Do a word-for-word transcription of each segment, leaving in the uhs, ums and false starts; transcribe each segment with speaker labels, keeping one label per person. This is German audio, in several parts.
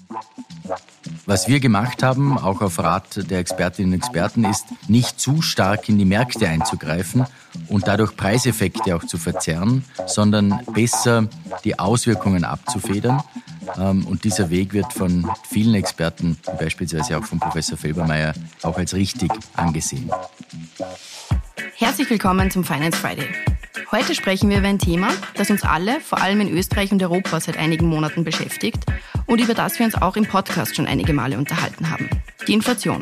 Speaker 1: Was wir gemacht haben, auch auf Rat der Expertinnen und Experten, ist, nicht zu stark in die Märkte einzugreifen und dadurch Preiseffekte auch zu verzerren, sondern besser die Auswirkungen abzufedern. Und dieser Weg wird von vielen Experten, beispielsweise auch von Professor Felbermayr, auch als richtig angesehen.
Speaker 2: Herzlich willkommen zum Finance Friday. Heute sprechen wir über ein Thema, das uns alle, vor allem in Österreich und Europa, seit einigen Monaten beschäftigt und über das wir uns auch im Podcast schon einige Male unterhalten haben: die Inflation.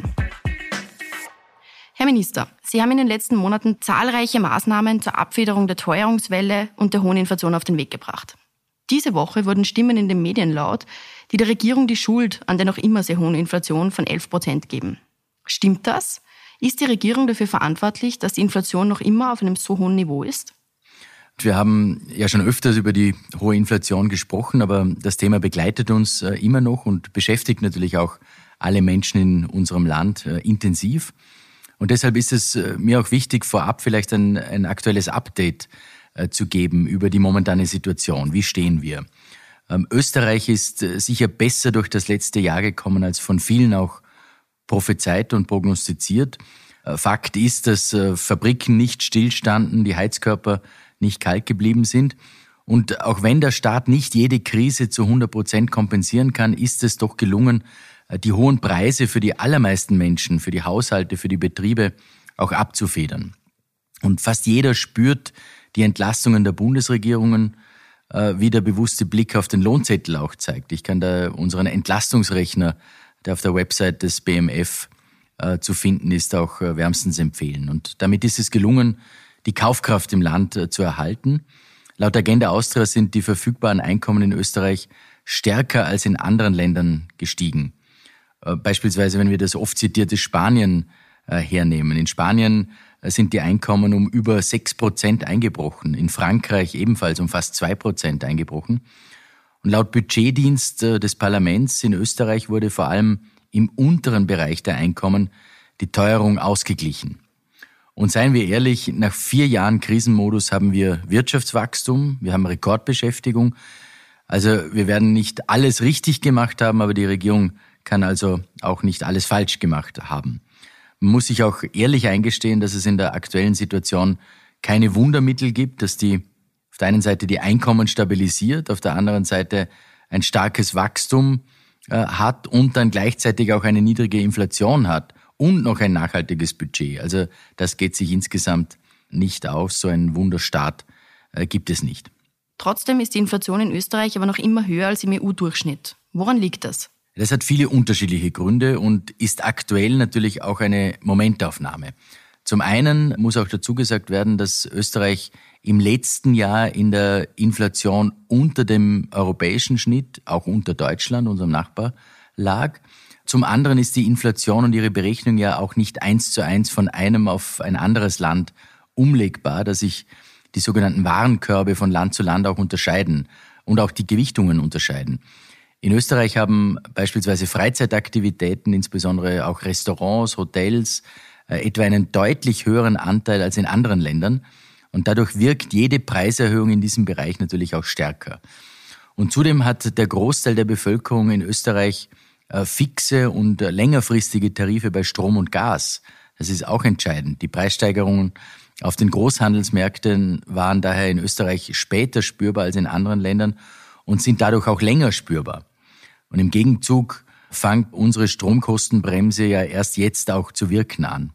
Speaker 2: Herr Minister, Sie haben in den letzten Monaten zahlreiche Maßnahmen zur Abfederung der Teuerungswelle und der hohen Inflation auf den Weg gebracht. Diese Woche wurden Stimmen in den Medien laut, die der Regierung die Schuld an der noch immer sehr hohen Inflation von elf Prozent geben. Stimmt das? Ist die Regierung dafür verantwortlich, dass die Inflation noch immer auf einem so hohen Niveau ist?
Speaker 1: Wir haben ja schon öfters über die hohe Inflation gesprochen, aber das Thema begleitet uns immer noch und beschäftigt natürlich auch alle Menschen in unserem Land intensiv. Und deshalb ist es mir auch wichtig, vorab vielleicht ein, ein aktuelles Update zu geben über die momentane Situation. Wie stehen wir? Österreich ist sicher besser durch das letzte Jahr gekommen, als von vielen auch prophezeit und prognostiziert. Fakt ist, dass Fabriken nicht stillstanden, die Heizkörper nicht kalt geblieben sind. Und auch wenn der Staat nicht jede Krise zu hundert Prozent kompensieren kann, ist es doch gelungen, die hohen Preise für die allermeisten Menschen, für die Haushalte, für die Betriebe auch abzufedern. Und fast jeder spürt die Entlastungen der Bundesregierungen, wie der bewusste Blick auf den Lohnzettel auch zeigt. Ich kann da unseren Entlastungsrechner, der auf der Website des B M F äh, zu finden ist, auch äh, wärmstens empfehlen. Und damit ist es gelungen, die Kaufkraft im Land äh, zu erhalten. Laut Agenda Austria sind die verfügbaren Einkommen in Österreich stärker als in anderen Ländern gestiegen. Äh, beispielsweise, wenn wir das oft zitierte Spanien äh, hernehmen. In Spanien äh, sind die Einkommen um über sechs Prozent eingebrochen. In Frankreich ebenfalls um fast zwei Prozent eingebrochen. Und laut Budgetdienst äh, des Parlaments in Österreich wurde vor allem im unteren Bereich der Einkommen die Teuerung ausgeglichen. Und seien wir ehrlich, nach vier Jahren Krisenmodus haben wir Wirtschaftswachstum, wir haben Rekordbeschäftigung. Also wir werden nicht alles richtig gemacht haben, aber die Regierung kann also auch nicht alles falsch gemacht haben. Man muss sich auch ehrlich eingestehen, dass es in der aktuellen Situation keine Wundermittel gibt, dass die auf der einen Seite die Einkommen stabilisiert, auf der anderen Seite ein starkes Wachstum äh, hat und dann gleichzeitig auch eine niedrige Inflation hat. Und noch ein nachhaltiges Budget. Also das geht sich insgesamt nicht aus. So einen Wunderstaat äh, gibt es nicht.
Speaker 2: Trotzdem ist die Inflation in Österreich aber noch immer höher als im E U-Durchschnitt. Woran liegt das?
Speaker 1: Das hat viele unterschiedliche Gründe und ist aktuell natürlich auch eine Momentaufnahme. Zum einen muss auch dazu gesagt werden, dass Österreich im letzten Jahr in der Inflation unter dem europäischen Schnitt, auch unter Deutschland, unserem Nachbar, lag. Zum anderen ist die Inflation und ihre Berechnung ja auch nicht eins zu eins von einem auf ein anderes Land umlegbar, da sich die sogenannten Warenkörbe von Land zu Land auch unterscheiden und auch die Gewichtungen unterscheiden. In Österreich haben beispielsweise Freizeitaktivitäten, insbesondere auch Restaurants, Hotels, äh, etwa einen deutlich höheren Anteil als in anderen Ländern. Und dadurch wirkt jede Preiserhöhung in diesem Bereich natürlich auch stärker. Und zudem hat der Großteil der Bevölkerung in Österreich fixe und längerfristige Tarife bei Strom und Gas. Das ist auch entscheidend. Die Preissteigerungen auf den Großhandelsmärkten waren daher in Österreich später spürbar als in anderen Ländern und sind dadurch auch länger spürbar. Und im Gegenzug fängt unsere Stromkostenbremse ja erst jetzt auch zu wirken an.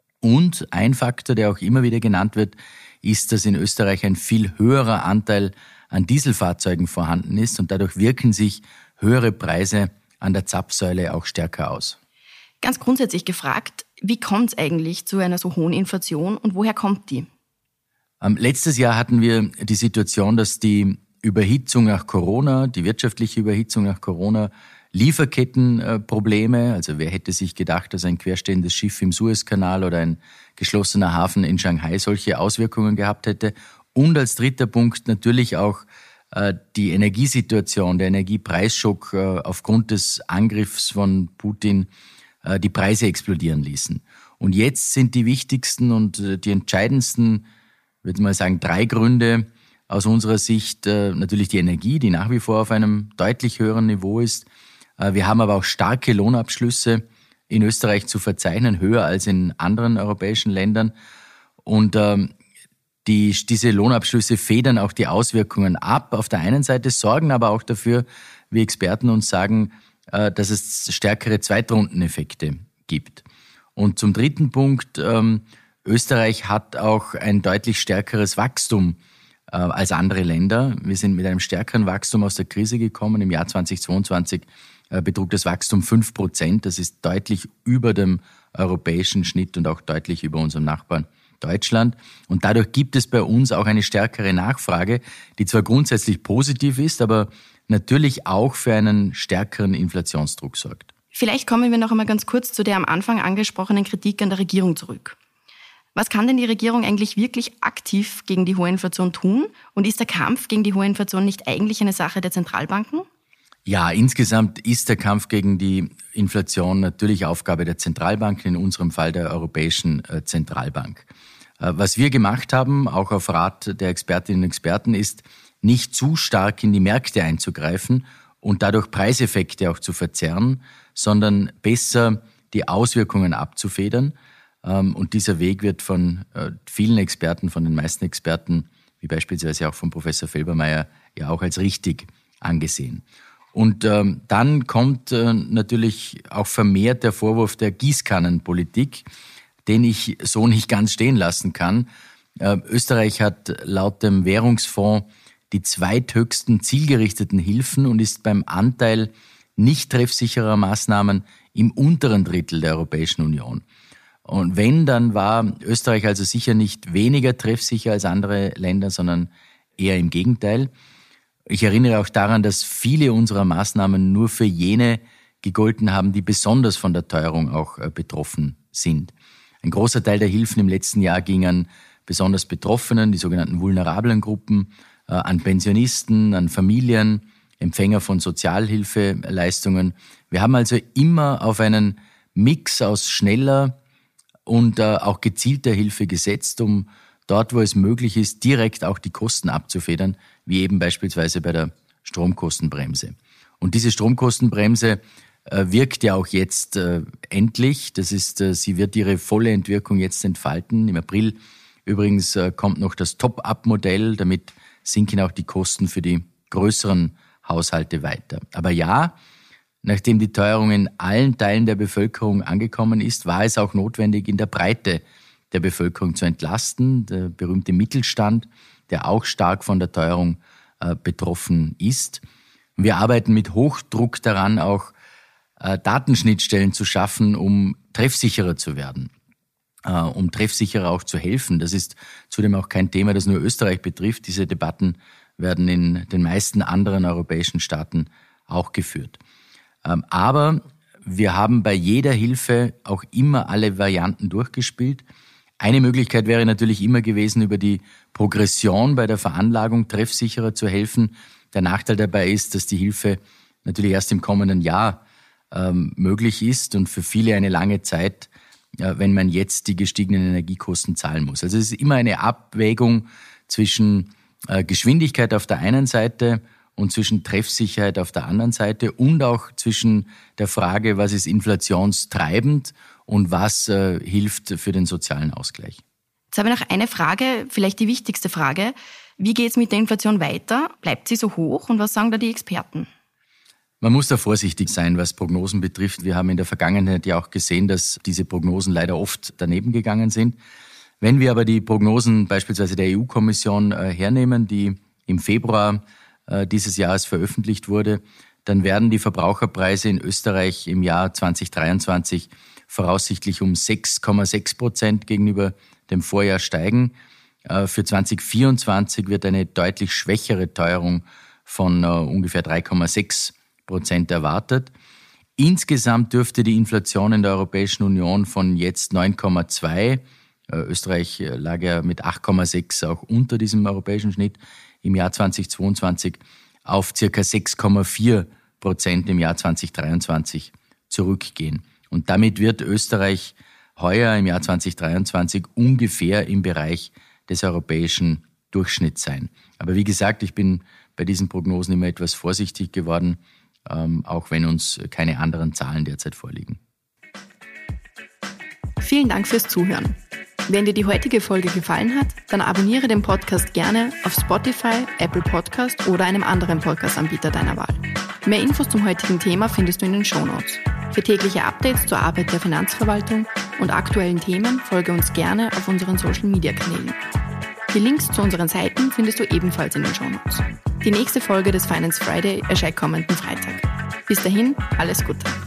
Speaker 1: Und ein Faktor, der auch immer wieder genannt wird, ist, dass in Österreich ein viel höherer Anteil an Dieselfahrzeugen vorhanden ist und dadurch wirken sich höhere Preise an der Zapfsäule auch stärker aus.
Speaker 2: Ganz grundsätzlich gefragt, wie kommt es eigentlich zu einer so hohen Inflation und woher kommt die?
Speaker 1: Ähm, letztes Jahr hatten wir die Situation, dass die Überhitzung nach Corona, die wirtschaftliche Überhitzung nach Corona, Lieferkettenprobleme, also wer hätte sich gedacht, dass ein querstehendes Schiff im Suezkanal oder ein geschlossener Hafen in Shanghai solche Auswirkungen gehabt hätte. Und als dritter Punkt natürlich auch die Energiesituation, der Energiepreisschock aufgrund des Angriffs von Putin die Preise explodieren ließen. Und jetzt sind die wichtigsten und die entscheidendsten, würde ich mal sagen, drei Gründe aus unserer Sicht natürlich die Energie, die nach wie vor auf einem deutlich höheren Niveau ist, Wir haben aber auch starke Lohnabschlüsse in Österreich zu verzeichnen, höher als in anderen europäischen Ländern. Und ähm, die, diese Lohnabschlüsse federn auch die Auswirkungen ab. Auf der einen Seite sorgen aber auch dafür, wie Experten uns sagen, äh, dass es stärkere Zweitrundeneffekte gibt. Und zum dritten Punkt, ähm, Österreich hat auch ein deutlich stärkeres Wachstum äh, als andere Länder. Wir sind mit einem stärkeren Wachstum aus der Krise gekommen. Im Jahr zweitausendzweiundzwanzig äh, betrug das Wachstum fünf Prozent. Das ist deutlich über dem europäischen Schnitt und auch deutlich über unserem Nachbarn Deutschland. Und dadurch gibt es bei uns auch eine stärkere Nachfrage, die zwar grundsätzlich positiv ist, aber natürlich auch für einen stärkeren Inflationsdruck sorgt.
Speaker 2: Vielleicht kommen wir noch einmal ganz kurz zu der am Anfang angesprochenen Kritik an der Regierung zurück. Was kann denn die Regierung eigentlich wirklich aktiv gegen die hohe Inflation tun? Und ist der Kampf gegen die hohe Inflation nicht eigentlich eine Sache der Zentralbanken?
Speaker 1: Ja, insgesamt ist der Kampf gegen die Inflation natürlich Aufgabe der Zentralbanken, in unserem Fall der Europäischen Zentralbank. Was wir gemacht haben, auch auf Rat der Expertinnen und Experten, ist, nicht zu stark in die Märkte einzugreifen und dadurch Preiseffekte auch zu verzerren, sondern besser die Auswirkungen abzufedern. Und dieser Weg wird von vielen Experten, von den meisten Experten, wie beispielsweise auch von Professor Felbermayr, ja auch als richtig angesehen. Und ähm, dann kommt äh, natürlich auch vermehrt der Vorwurf der Gießkannenpolitik, den ich so nicht ganz stehen lassen kann. Äh, Österreich hat laut dem Währungsfonds die zweithöchsten zielgerichteten Hilfen und ist beim Anteil nicht treffsicherer Maßnahmen im unteren Drittel der Europäischen Union. Und wenn, dann war Österreich also sicher nicht weniger treffsicher als andere Länder, sondern eher im Gegenteil. Ich erinnere auch daran, dass viele unserer Maßnahmen nur für jene gegolten haben, die besonders von der Teuerung auch betroffen sind. Ein großer Teil der Hilfen im letzten Jahr ging an besonders Betroffenen, die sogenannten vulnerablen Gruppen, an Pensionisten, an Familien, Empfänger von Sozialhilfeleistungen. Wir haben also immer auf einen Mix aus schneller und auch gezielter Hilfe gesetzt, um dort, wo es möglich ist, direkt auch die Kosten abzufedern, wie eben beispielsweise bei der Stromkostenbremse. Und diese Stromkostenbremse äh, wirkt ja auch jetzt äh, endlich. Das ist, äh, sie wird ihre volle Entwirkung jetzt entfalten. Im April übrigens äh, kommt noch das Top-Up-Modell. Damit sinken auch die Kosten für die größeren Haushalte weiter. Aber ja, nachdem die Teuerung in allen Teilen der Bevölkerung angekommen ist, war es auch notwendig, in der Breite der Bevölkerung zu entlasten. Der berühmte Mittelstand, der auch stark von der Teuerung äh, betroffen ist. Wir arbeiten mit Hochdruck daran, auch äh, Datenschnittstellen zu schaffen, um treffsicherer zu werden, äh, um treffsicherer auch zu helfen. Das ist zudem auch kein Thema, das nur Österreich betrifft. Diese Debatten werden in den meisten anderen europäischen Staaten auch geführt. Ähm, aber wir haben bei jeder Hilfe auch immer alle Varianten durchgespielt. Eine Möglichkeit wäre natürlich immer gewesen, über die Progression bei der Veranlagung treffsicherer zu helfen. Der Nachteil dabei ist, dass die Hilfe natürlich erst im kommenden Jahr ähm, möglich ist und für viele eine lange Zeit, äh, wenn man jetzt die gestiegenen Energiekosten zahlen muss. Also es ist immer eine Abwägung zwischen äh, Geschwindigkeit auf der einen Seite und zwischen Treffsicherheit auf der anderen Seite und auch zwischen der Frage, was ist inflationstreibend und was äh, hilft für den sozialen Ausgleich.
Speaker 2: Jetzt habe ich noch eine Frage, vielleicht die wichtigste Frage. Wie geht es mit der Inflation weiter? Bleibt sie so hoch und was sagen da die Experten?
Speaker 1: Man muss da vorsichtig sein, was Prognosen betrifft. Wir haben in der Vergangenheit ja auch gesehen, dass diese Prognosen leider oft daneben gegangen sind. Wenn wir aber die Prognosen beispielsweise der E U-Kommission äh, hernehmen, die im Februar äh, dieses Jahres veröffentlicht wurde, dann werden die Verbraucherpreise in Österreich im Jahr zweitausenddreiundzwanzig voraussichtlich um sechs Komma sechs Prozent gegenüber dem Vorjahr steigen. Für zweitausendvierundzwanzig wird eine deutlich schwächere Teuerung von ungefähr drei Komma sechs Prozent erwartet. Insgesamt dürfte die Inflation in der Europäischen Union von jetzt neun Komma zwei, Österreich lag ja mit acht Komma sechs auch unter diesem europäischen Schnitt, im Jahr zweitausendzweiundzwanzig auf circa sechs Komma vier Prozent im Jahr zweitausenddreiundzwanzig zurückgehen. Und damit wird Österreich heuer im Jahr zweitausenddreiundzwanzig ungefähr im Bereich des europäischen Durchschnitts sein. Aber wie gesagt, ich bin bei diesen Prognosen immer etwas vorsichtig geworden, ähm, auch wenn uns keine anderen Zahlen derzeit vorliegen.
Speaker 2: Vielen Dank fürs Zuhören. Wenn dir die heutige Folge gefallen hat, dann abonniere den Podcast gerne auf Spotify, Apple Podcast oder einem anderen Podcast-Anbieter deiner Wahl. Mehr Infos zum heutigen Thema findest du in den Shownotes. Für tägliche Updates zur Arbeit der Finanzverwaltung und aktuellen Themen folge uns gerne auf unseren Social-Media-Kanälen. Die Links zu unseren Seiten findest du ebenfalls in den Shownotes. Die nächste Folge des Finance Friday erscheint kommenden Freitag. Bis dahin, alles Gute.